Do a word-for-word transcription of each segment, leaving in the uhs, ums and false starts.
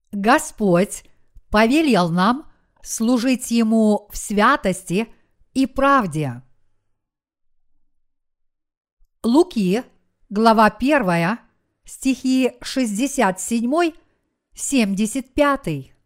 Господь повелел нам служить Ему в святости и правде. Луки, глава первая, стихи шестьдесят семь - семьдесят пять.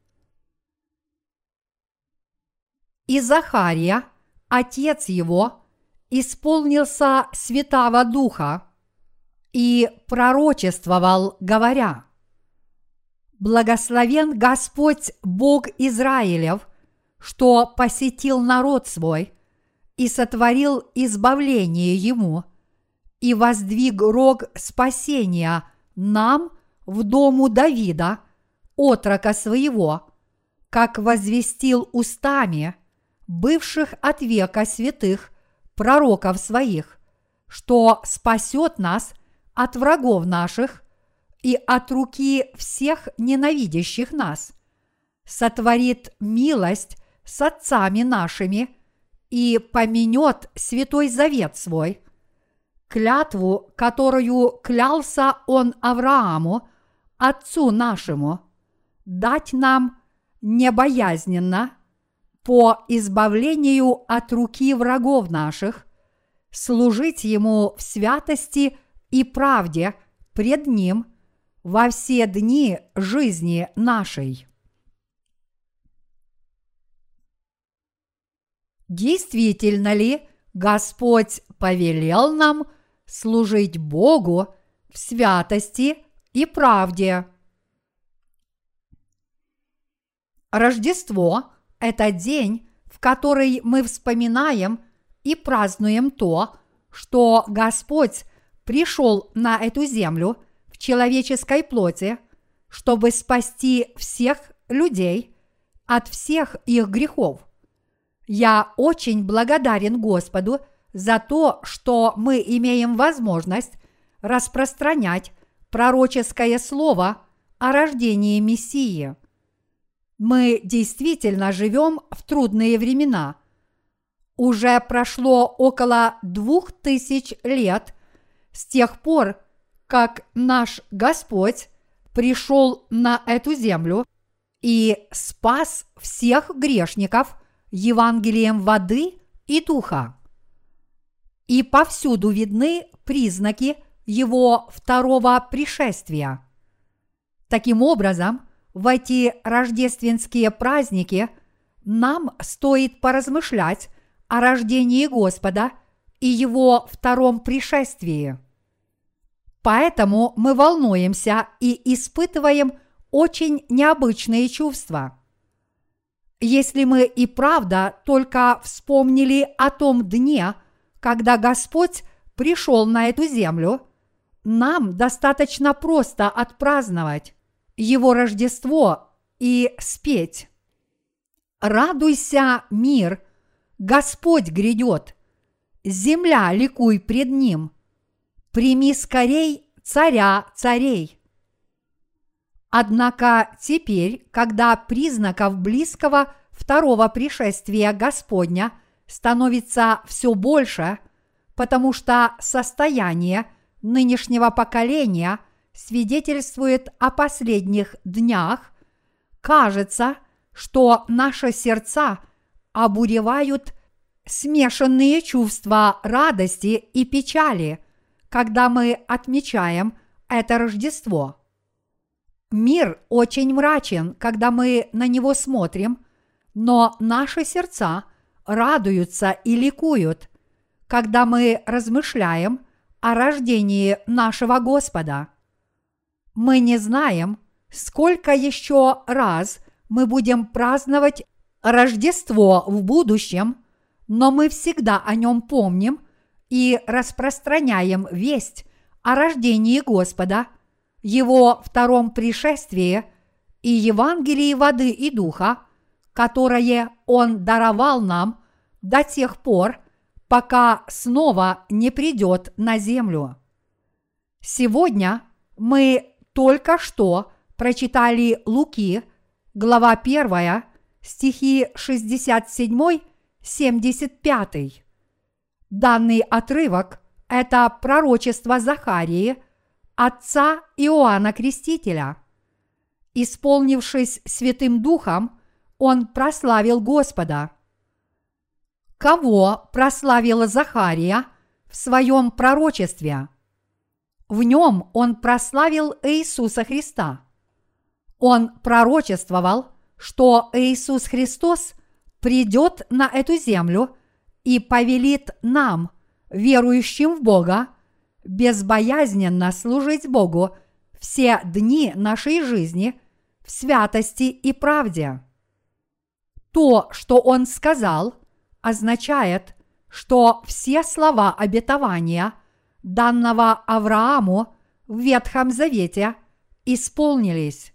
И Захария, отец его, исполнился Святаго Духа и пророчествовал, говоря: «Благословен Господь Бог Израилев, что посетил народ свой и сотворил избавление ему, и воздвиг рог спасения нам в дому Давида, отрока своего, как возвестил устами бывших от века святых пророков своих, что спасет нас от врагов наших и от руки всех ненавидящих нас, сотворит милость с отцами нашими и поменет святой завет свой, клятву, которую клялся он Аврааму, отцу нашему, дать нам небоязненно по избавлению от руки врагов наших, служить Ему в святости и правде пред Ним во все дни жизни нашей». Действительно ли Господь повелел нам служить Богу в святости и правде? Рождество – это день, в который мы вспоминаем и празднуем то, что Господь пришел на эту землю в человеческой плоти, чтобы спасти всех людей от всех их грехов. Я очень благодарен Господу за то, что мы имеем возможность распространять пророческое слово о рождении Мессии. Мы действительно живем в трудные времена. Уже прошло около двух тысяч лет с тех пор, как наш Господь пришел на эту землю и спас всех грешников Евангелием воды и духа. И повсюду видны признаки Его второго пришествия. Таким образом, в эти рождественские праздники нам стоит поразмышлять о рождении Господа и Его втором пришествии. Поэтому мы волнуемся и испытываем очень необычные чувства. Если мы и правда только вспомнили о том дне, когда Господь пришел на эту землю, нам достаточно просто отпраздновать Его Рождество и спеть: «Радуйся, мир, Господь грядет, земля ликуй пред Ним, прими скорей царя царей». Однако теперь, когда признаков близкого второго пришествия Господня становится все больше, потому что состояние нынешнего поколения свидетельствует о последних днях, кажется, что наши сердца обуревают смешанные чувства радости и печали, когда мы отмечаем это Рождество. Мир очень мрачен, когда мы на него смотрим, но наши сердца радуются и ликуют, когда мы размышляем о рождении нашего Господа. Мы не знаем, сколько еще раз мы будем праздновать Рождество в будущем, но мы всегда о нем помним и распространяем весть о рождении Господа, Его втором пришествии и Евангелии воды и духа, которое Он даровал нам до тех пор, пока снова не придет на землю. Сегодня мы только что прочитали Луки, глава первая, стихи шестьдесят семь - семьдесят пять. Данный отрывок – это пророчество Захарии, отца Иоанна Крестителя. Исполнившись Святым Духом, он прославил Господа. Кого прославил Захария в своем пророчестве? В нем он прославил Иисуса Христа. Он пророчествовал, что Иисус Христос придет на эту землю и повелит нам, верующим в Бога, безбоязненно служить Богу все дни нашей жизни в святости и правде. То, что он сказал, означает, что все слова обетования, данного Аврааму в Ветхом Завете, исполнились.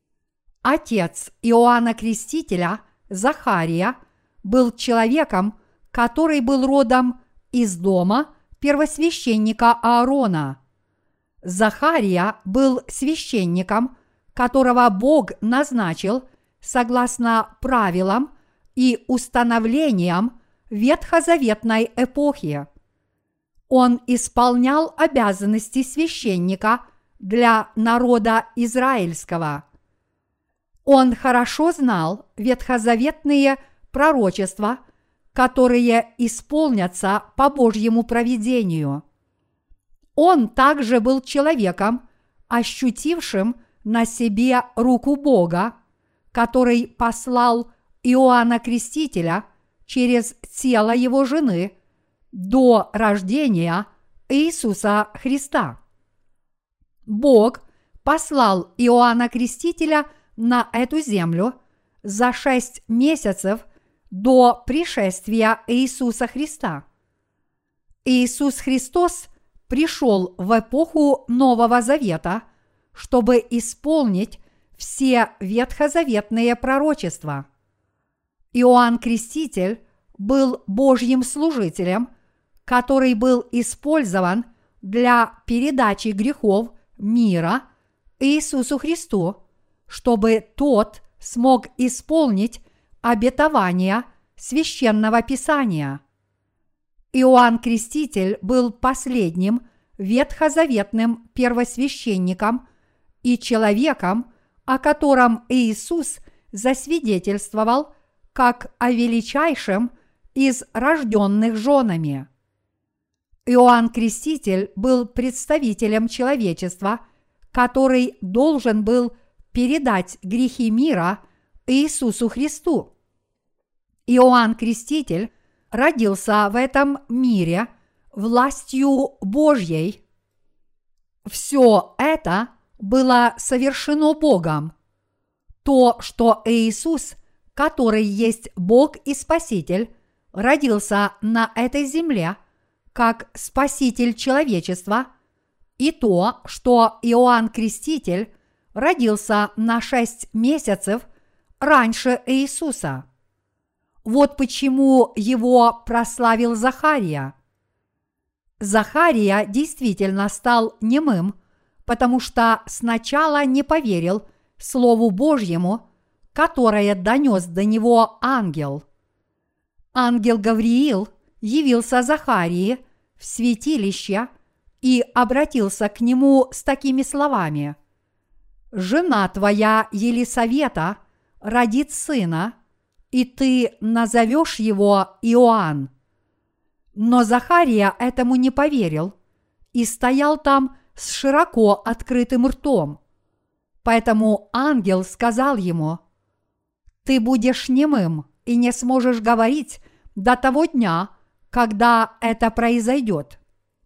Отец Иоанна Крестителя, Захария, был человеком, который был родом из дома первосвященника Аарона. Захария был священником, которого Бог назначил согласно правилам и установлениям ветхозаветной эпохи. Он исполнял обязанности священника для народа израильского. Он хорошо знал ветхозаветные пророчества, которые исполнятся по Божьему провидению. Он также был человеком, ощутившим на себе руку Бога, который послал Иоанна Крестителя через тело его жены до рождения Иисуса Христа. Бог послал Иоанна Крестителя на эту землю за шесть месяцев до пришествия Иисуса Христа. Иисус Христос пришел в эпоху Нового Завета, чтобы исполнить все ветхозаветные пророчества. Иоанн Креститель был Божьим служителем, который был использован для передачи грехов мира Иисусу Христу, чтобы тот смог исполнить обетования Священного Писания. Иоанн Креститель был последним ветхозаветным первосвященником и человеком, о котором Иисус засвидетельствовал как о величайшем из рожденных женами. Иоанн Креститель был представителем человечества, который должен был передать грехи мира Иисусу Христу. Иоанн Креститель родился в этом мире властью Божьей. Все это было совершено Богом. То, что Иисус, который есть Бог и Спаситель, родился на этой земле как Спаситель человечества, и то, что Иоанн Креститель родился на шесть месяцев раньше Иисуса. Вот почему его прославил Захария. Захария действительно стал немым, потому что сначала не поверил Слову Божьему, которое донес до него ангел. Ангел Гавриил явился Захарии в святилище и обратился к нему с такими словами: «Жена твоя Елисавета родит сына, и ты назовешь его Иоанн». Но Захария этому не поверил и стоял там с широко открытым ртом. Поэтому ангел сказал ему: «Ты будешь немым и не сможешь говорить до того дня, когда это произойдет».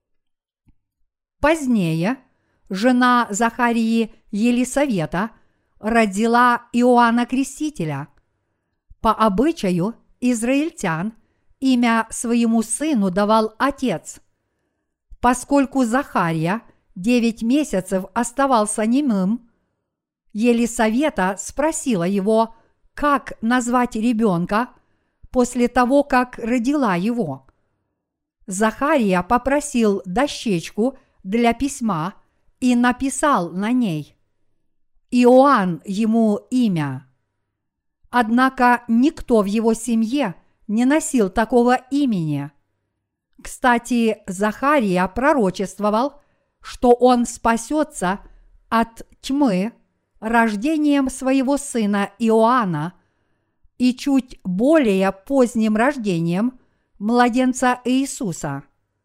Позднее жена Захарии Елисавета родила Иоанна Крестителя. По обычаю израильтян имя своему сыну давал отец. Поскольку Захария девять месяцев оставался немым, Елисавета спросила его, как назвать ребенка после того, как родила его. Захария попросил дощечку для письма и написал на ней: «Иоанн ему имя». Однако никто в его семье не носил такого имени. Кстати, Захария пророчествовал, что он спасется от тьмы рождением своего сына Иоанна и чуть более поздним рождением младенца Иисуса.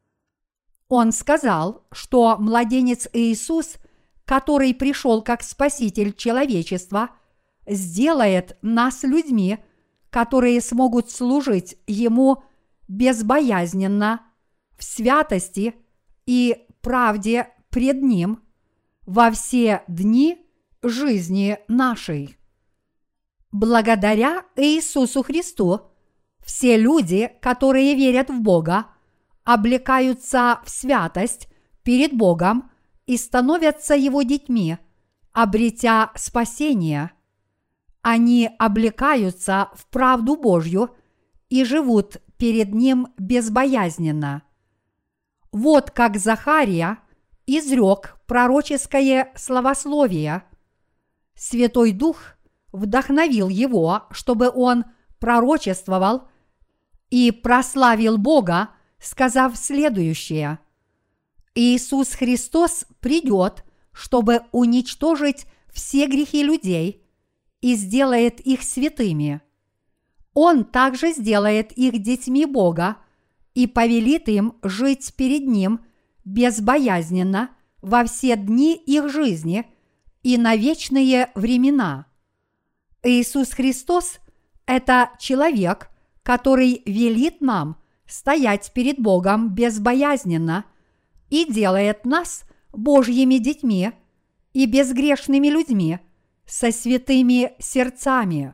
Он сказал, что младенец Иисус, который пришел как Спаситель человечества, сделает нас людьми, которые смогут служить Ему безбоязненно, в святости и правде пред Ним во все дни жизни нашей. Благодаря Иисусу Христу все люди, которые верят в Бога, облекаются в святость перед Богом и становятся Его детьми, обретя спасение. Они облекаются в правду Божью и живут перед Ним безбоязненно. Вот как Захария изрек пророческое словословие. Святой Дух вдохновил его, чтобы он пророчествовал и прославил Бога, сказав следующее: «Иисус Христос придет, чтобы уничтожить все грехи людей и сделает их святыми. Он также сделает их детьми Бога и повелит им жить перед Ним безбоязненно во все дни их жизни и на вечные времена». Иисус Христос – это человек, который велит нам стоять перед Богом безбоязненно и делает нас Божьими детьми и безгрешными людьми со святыми сердцами.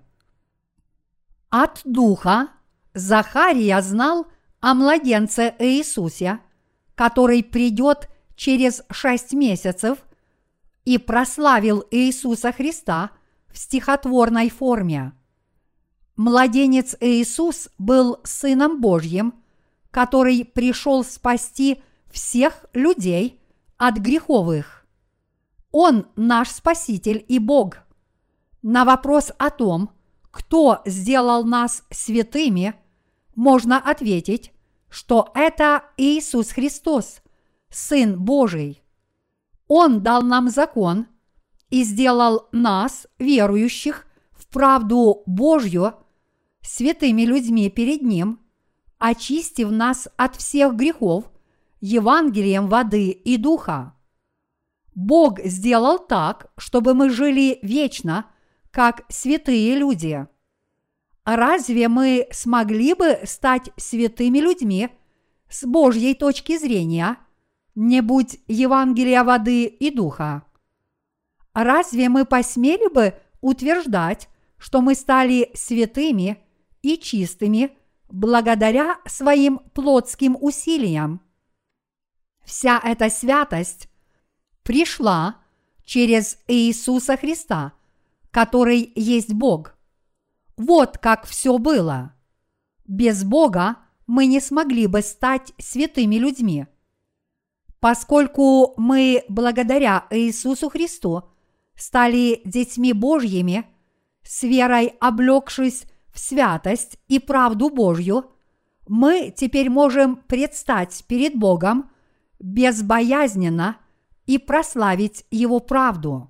От Духа Захария знал о младенце Иисусе, который придет через шесть месяцев, и прославил Иисуса Христа в стихотворной форме. Младенец Иисус был Сыном Божьим, который пришел спасти всех людей от греховых. Он наш Спаситель и Бог. На вопрос о том, кто сделал нас святыми, можно ответить, что это Иисус Христос, Сын Божий. Он дал нам закон и сделал нас, верующих в правду Божью, святыми людьми перед Ним, очистив нас от всех грехов Евангелием воды и духа. Бог сделал так, чтобы мы жили вечно, как святые люди. Разве мы смогли бы стать святыми людьми с Божьей точки зрения, не будь Евангелия воды и духа? Разве мы посмели бы утверждать, что мы стали святыми и чистыми благодаря своим плотским усилиям? Вся эта святость пришла через Иисуса Христа, который есть Бог. Вот как все было. Без Бога мы не смогли бы стать святыми людьми. Поскольку мы благодаря Иисусу Христу стали детьми Божьими, с верой облегшись в святость и правду Божью, мы теперь можем предстать перед Богом безбоязненно и прославить Его правду.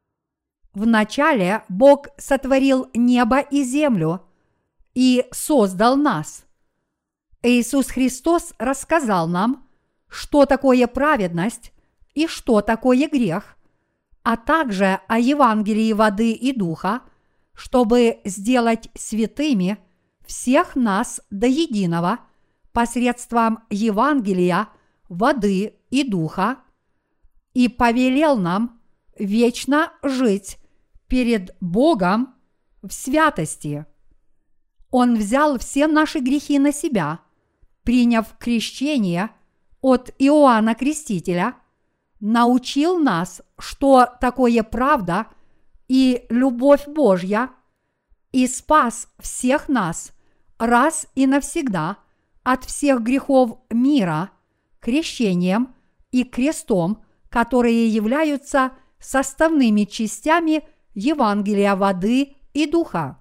Вначале Бог сотворил небо и землю и создал нас. Иисус Христос рассказал нам, что такое праведность и что такое грех, а также о Евангелии воды и духа, чтобы сделать святыми всех нас до единого посредством Евангелия воды и духа, и повелел нам вечно жить перед Богом в святости. Он взял все наши грехи на себя, приняв крещение от Иоанна Крестителя, научил нас, что такое правда и любовь Божья, и спас всех нас раз и навсегда от всех грехов мира крещением и крестом, которые являются составными частями Евангелия воды и духа.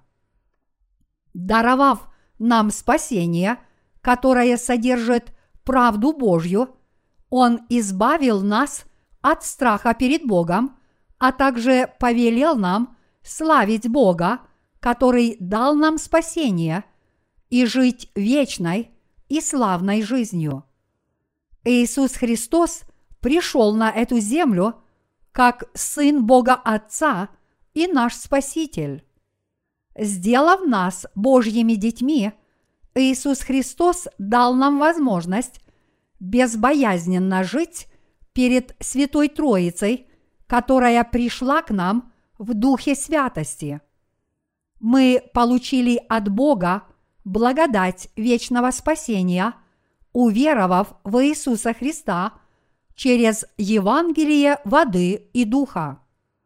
Даровав нам спасение, которое содержит правду Божью, Он избавил нас от страха перед Богом, а также повелел нам славить Бога, который дал нам спасение, и жить вечной и славной жизнью. Иисус Христос пришел на эту землю как Сын Бога Отца и наш Спаситель. Сделав нас Божьими детьми, Иисус Христос дал нам возможность безбоязненно жить перед Святой Троицей, которая пришла к нам в Духе Святости. Мы получили от Бога благодать вечного спасения, уверовав в Иисуса Христа через Евангелие воды и духа.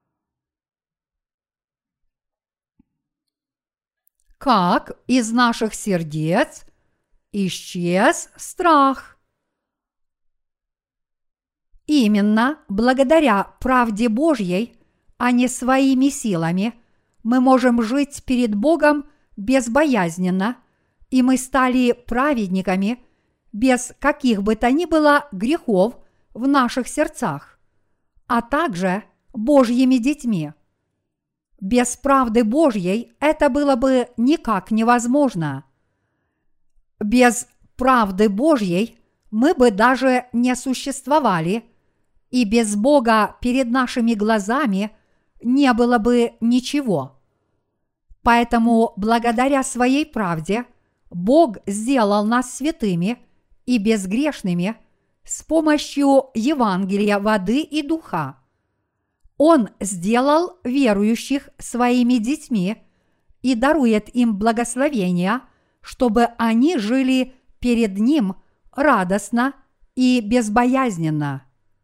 Как из наших сердец исчез страх? Именно благодаря правде Божьей, а не своими силами, мы можем жить перед Богом безбоязненно, и мы стали праведниками без каких бы то ни было грехов в наших сердцах, а также Божьими детьми. Без правды Божьей это было бы никак невозможно. Без правды Божьей мы бы даже не существовали, и без Бога перед нашими глазами не было бы ничего. Поэтому, благодаря своей правде, Бог сделал нас святыми и безгрешными с помощью Евангелия воды и духа. Он сделал верующих своими детьми и дарует им благословения, чтобы они жили перед Ним радостно и безбоязненно.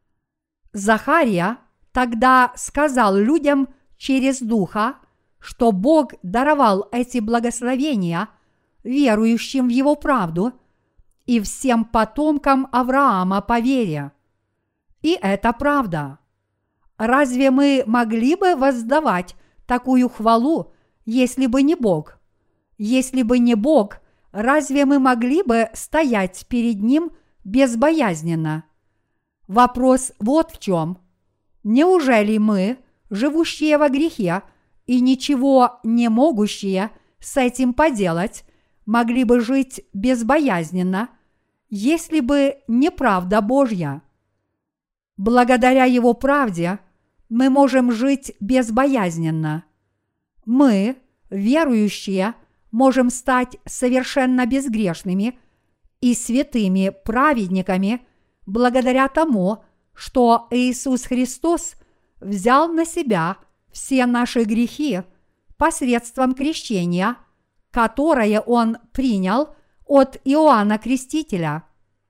Захария тогда сказал людям через Духа, что Бог даровал эти благословения верующим в Его правду и всем потомкам Авраама по вере. И это правда. Разве мы могли бы воздавать такую хвалу, если бы не Бог? Если бы не Бог, разве мы могли бы стоять перед Ним безбоязненно? Вопрос вот в чем. Неужели мы, живущие во грехе и ничего не могущие с этим поделать, могли бы жить безбоязненно, если бы не правда Божья? Благодаря Его правде мы можем жить безбоязненно. Мы, верующие, можем стать совершенно безгрешными и святыми праведниками благодаря тому, что Иисус Христос взял на себя все наши грехи посредством крещения, которое Он принял от Иоанна Крестителя.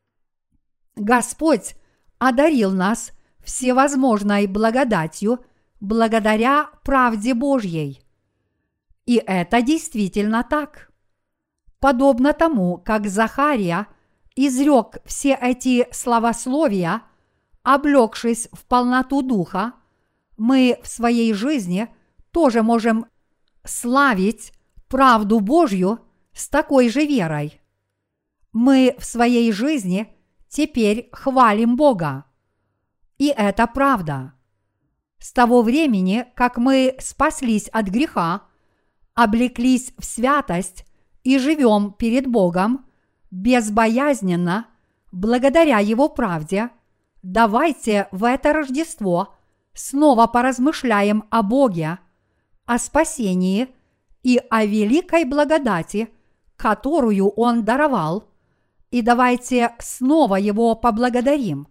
Господь одарил нас всевозможной благодатью благодаря правде Божьей. И это действительно так. Подобно тому, как Захария изрек все эти словословия, облегшись в полноту Духа, мы в своей жизни тоже можем славить правду Божью с такой же верой. Мы в своей жизни теперь хвалим Бога. И это правда. С того времени, как мы спаслись от греха, облеклись в святость и живем перед Богом безбоязненно, благодаря Его правде, давайте в это Рождество снова поразмышляем о Боге, о спасении и о великой благодати, которую Он даровал, и давайте снова Его поблагодарим.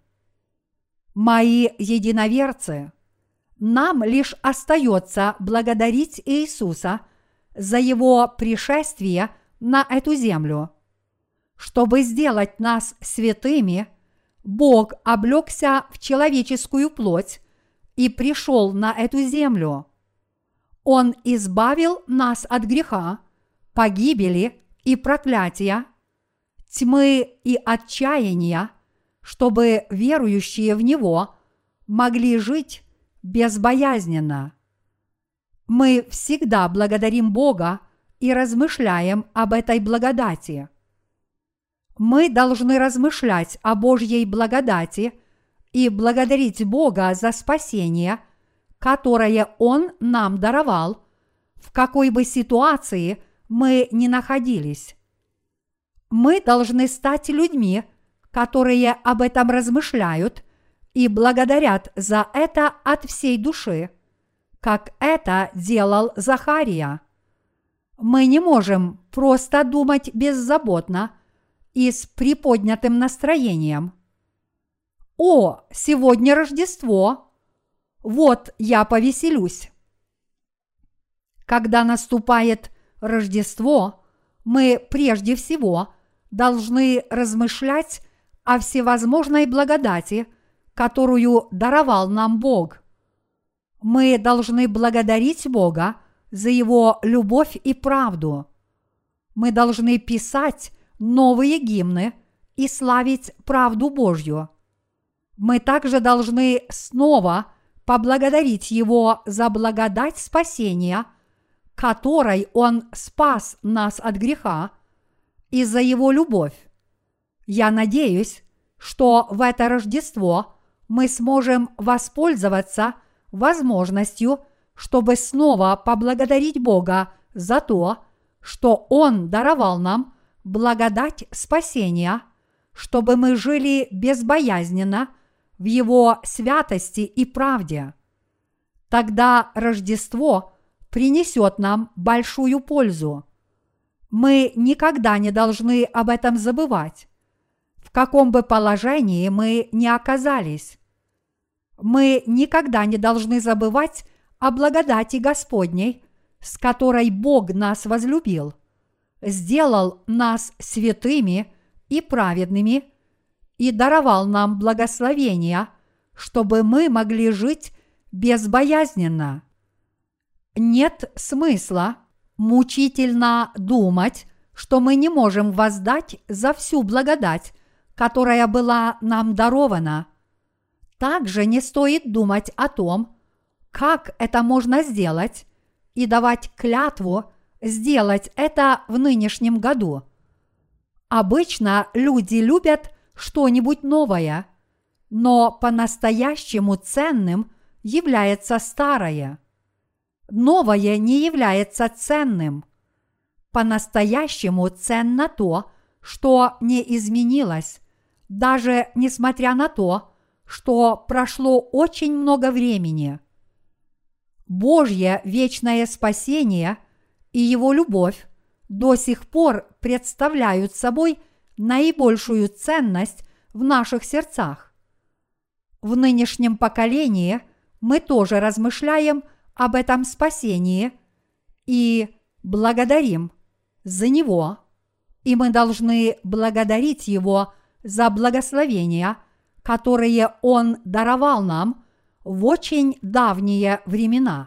Мои единоверцы, нам лишь остается благодарить Иисуса за Его пришествие на эту землю. Чтобы сделать нас святыми, Бог облегся в человеческую плоть и пришел на эту землю. Он избавил нас от греха, погибели и проклятия, тьмы и отчаяния, чтобы верующие в Него могли жить безбоязненно. Мы всегда благодарим Бога и размышляем об этой благодати. Мы должны размышлять о Божьей благодати и благодарить Бога за спасение, которое Он нам даровал, в какой бы ситуации мы ни находились. Мы должны стать людьми, которые об этом размышляют и благодарят за это от всей души, как это делал Захария. Мы не можем просто думать беззаботно и с приподнятым настроением. «О, сегодня Рождество! Вот я повеселюсь!» Когда наступает Рождество, мы прежде всего должны размышлять о всевозможной благодати, которую даровал нам Бог. Мы должны благодарить Бога за Его любовь и правду. Мы должны писать новые гимны и славить правду Божью. Мы также должны снова поблагодарить Его за благодать спасения, которой Он спас нас от греха, и за Его любовь. Я надеюсь, что в это Рождество мы сможем воспользоваться возможностью, чтобы снова поблагодарить Бога за то, что Он даровал нам благодать спасения, чтобы мы жили безбоязненно в Его святости и правде. Тогда Рождество принесет нам большую пользу. Мы никогда не должны об этом забывать, в каком бы положении мы ни оказались. Мы никогда не должны забывать о благодати Господней, с которой Бог нас возлюбил, сделал нас святыми и праведными и даровал нам благословения, чтобы мы могли жить безбоязненно. Нет смысла мучительно думать, что мы не можем воздать за всю благодать, которая была нам дарована. Также не стоит думать о том, как это можно сделать, и давать клятву сделать это в нынешнем году. Обычно люди любят что-нибудь новое, но по-настоящему ценным является старое. Новое не является ценным. По-настоящему ценно то, что не изменилось, даже несмотря на то, что прошло очень много времени. Божье вечное спасение и Его любовь до сих пор представляют собой наибольшую ценность в наших сердцах. В нынешнем поколении мы тоже размышляем об этом спасении и благодарим за него, и мы должны благодарить Его за благословения, которые Он даровал нам в очень давние времена.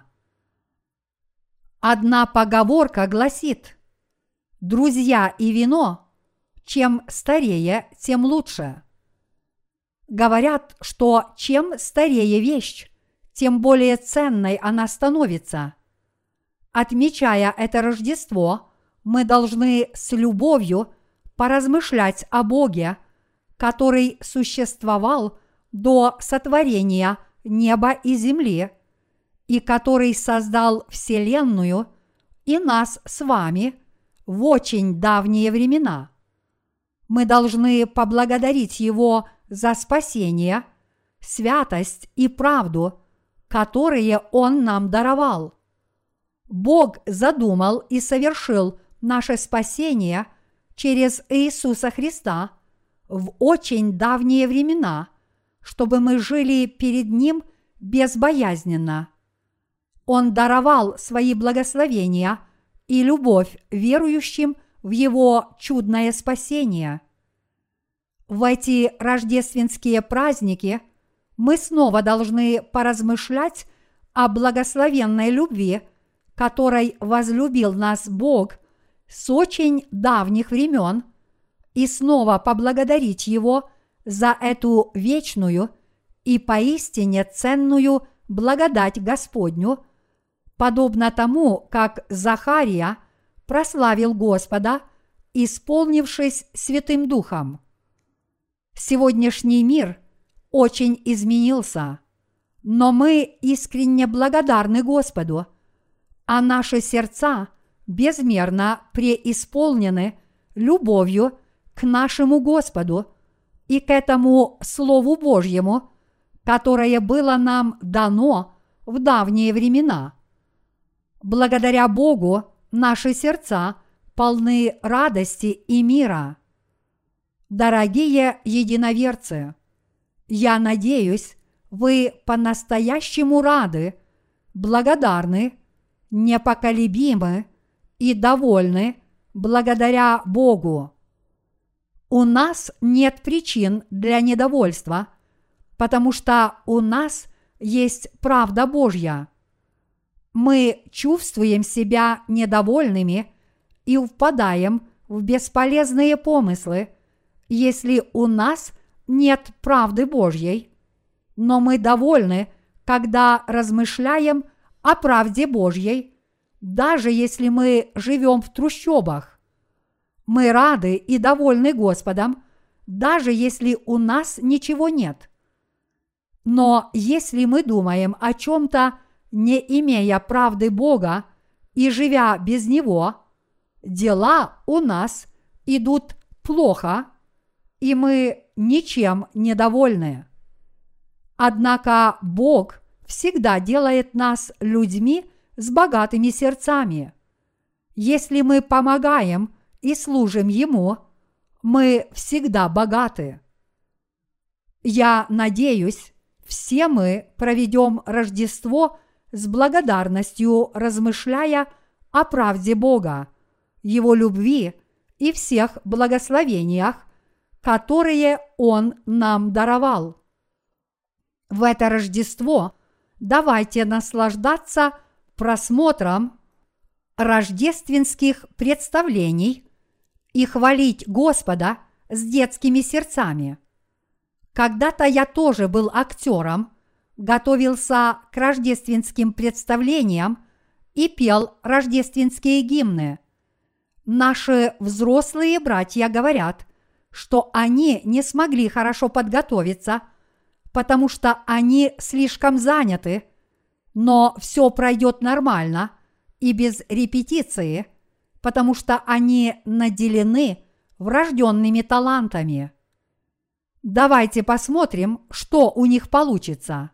Одна поговорка гласит: «Друзья и вино, чем старее, тем лучше». Говорят, что чем старее вещь, тем более ценной она становится. Отмечая это Рождество, мы должны с любовью поразмышлять о Боге, который существовал до сотворения неба и земли, и который создал Вселенную и нас с вами в очень давние времена. Мы должны поблагодарить Его за спасение, святость и правду, которые Он нам даровал. Бог задумал и совершил наше спасение через Иисуса Христа в очень давние времена, чтобы мы жили перед Ним безбоязненно. Он даровал свои благословения и любовь верующим в Его чудное спасение. В эти рождественские праздники мы снова должны поразмышлять о благословенной любви, которой возлюбил нас Бог с очень давних времен, и снова поблагодарить Его за эту вечную и поистине ценную благодать Господню, подобно тому, как Захария прославил Господа, исполнившись Святым Духом. Сегодняшний мир очень изменился. Но мы искренне благодарны Господу, а наши сердца безмерно преисполнены любовью к нашему Господу и к этому Слову Божьему, которое было нам дано в давние времена. Благодаря Богу наши сердца полны радости и мира. Дорогие единоверцы, я надеюсь, вы по-настоящему рады, благодарны, непоколебимы и довольны благодаря Богу. У нас нет причин для недовольства, потому что у нас есть правда Божья. Мы чувствуем себя недовольными и впадаем в бесполезные помыслы, если у нас нет правды Божьей, но мы довольны, когда размышляем о правде Божьей, даже если мы живем в трущобах. Мы рады и довольны Господом, даже если у нас ничего нет. Но если мы думаем о чем-то, не имея правды Бога и живя без Него, дела у нас идут плохо, и мы ничем не довольны. Однако Бог всегда делает нас людьми с богатыми сердцами. Если мы помогаем и служим Ему, мы всегда богаты. Я надеюсь, все мы проведем Рождество с благодарностью, размышляя о правде Бога, Его любви и всех благословениях, которые Он нам даровал. В это Рождество давайте наслаждаться просмотром рождественских представлений и хвалить Господа с детскими сердцами. Когда-то я тоже был актером, готовился к рождественским представлениям и пел рождественские гимны. Наши взрослые братья говорят, что они не смогли хорошо подготовиться, потому что они слишком заняты, но все пройдет нормально и без репетиции, потому что они наделены врожденными талантами. Давайте посмотрим, что у них получится.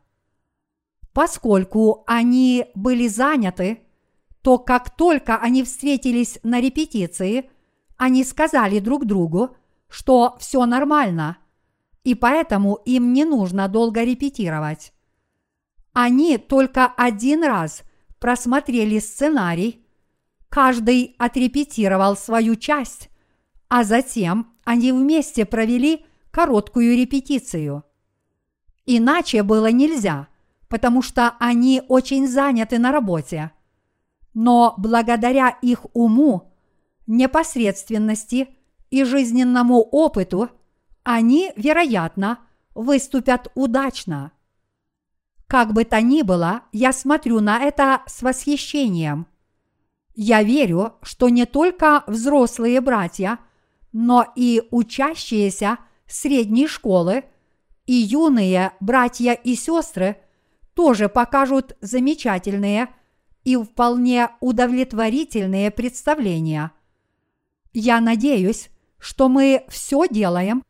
Поскольку они были заняты, то как только они встретились на репетиции, они сказали друг другу, что все нормально, и поэтому им не нужно долго репетировать. Они только один раз просмотрели сценарий, каждый отрепетировал свою часть, а затем они вместе провели короткую репетицию. Иначе было нельзя, потому что они очень заняты на работе. Но благодаря их уму, непосредственности и жизненному опыту они, вероятно, выступят удачно. Как бы то ни было, я смотрю на это с восхищением. Я верю, что не только взрослые братья, но и учащиеся средней школы и юные братья и сестры тоже покажут замечательные и вполне удовлетворительные представления. Я надеюсь, что мы все делаем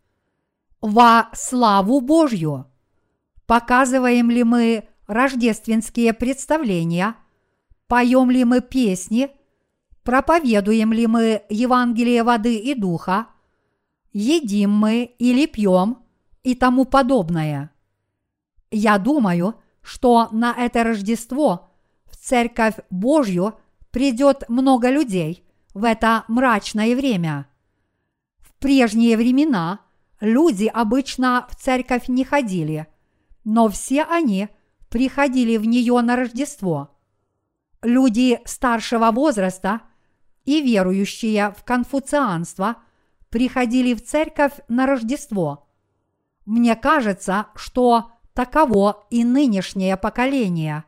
во славу Божью. Показываем ли мы рождественские представления, поем ли мы песни, проповедуем ли мы Евангелие воды и духа, едим мы или пьем и тому подобное. Я думаю, что на это Рождество в Церковь Божью придет много людей в это мрачное время. В прежние времена люди обычно в церковь не ходили, но все они приходили в нее на Рождество. Люди старшего возраста и верующие в конфуцианство приходили в церковь на Рождество. Мне кажется, что таково и нынешнее поколение.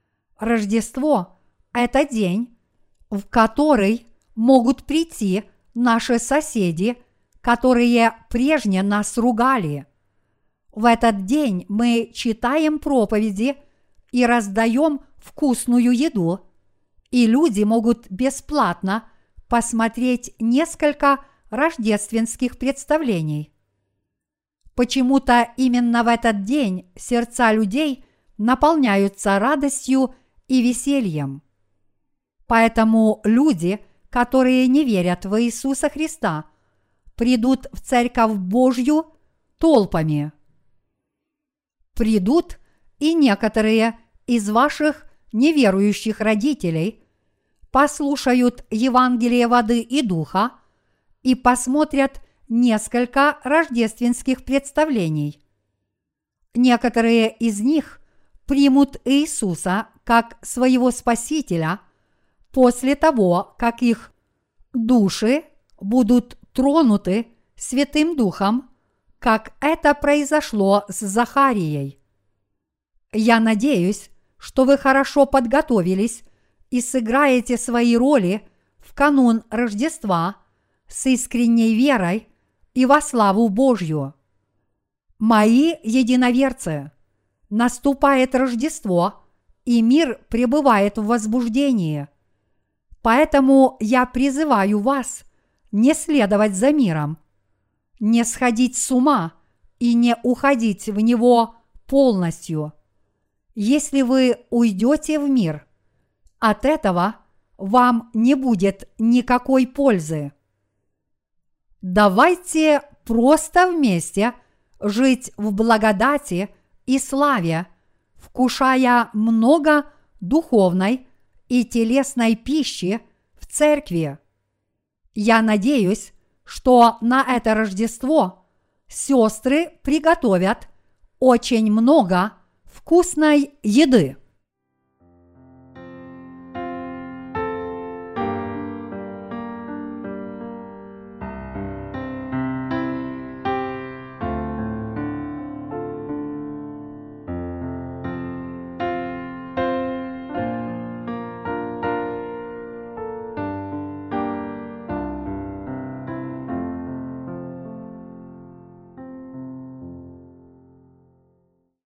Рождество – это день, в который могут прийти наши соседи, которые прежде нас ругали. В этот день мы читаем проповеди и раздаем вкусную еду, и люди могут бесплатно посмотреть несколько рождественских представлений. Почему-то именно в этот день сердца людей наполняются радостью и весельем. Поэтому люди, которые не верят в Иисуса Христа, придут в Церковь Божью толпами. Придут и некоторые из ваших неверующих родителей, послушают Евангелие воды и духа и посмотрят несколько рождественских представлений. Некоторые из них примут Иисуса как своего Спасителя после того, как их души будут тронуты Святым Духом, как это произошло с Захарией. Я надеюсь, что вы хорошо подготовились и сыграете свои роли в канун Рождества с искренней верой и во славу Божью. Мои единоверцы, наступает Рождество, и мир пребывает в возбуждении. Поэтому я призываю вас не следовать за миром, не сходить с ума и не уходить в него полностью. Если вы уйдете в мир, от этого вам не будет никакой пользы. Давайте просто вместе жить в благодати и славе, вкушая много духовной и телесной пищи в церкви. Я надеюсь, что на это Рождество сестры приготовят очень много вкусной еды.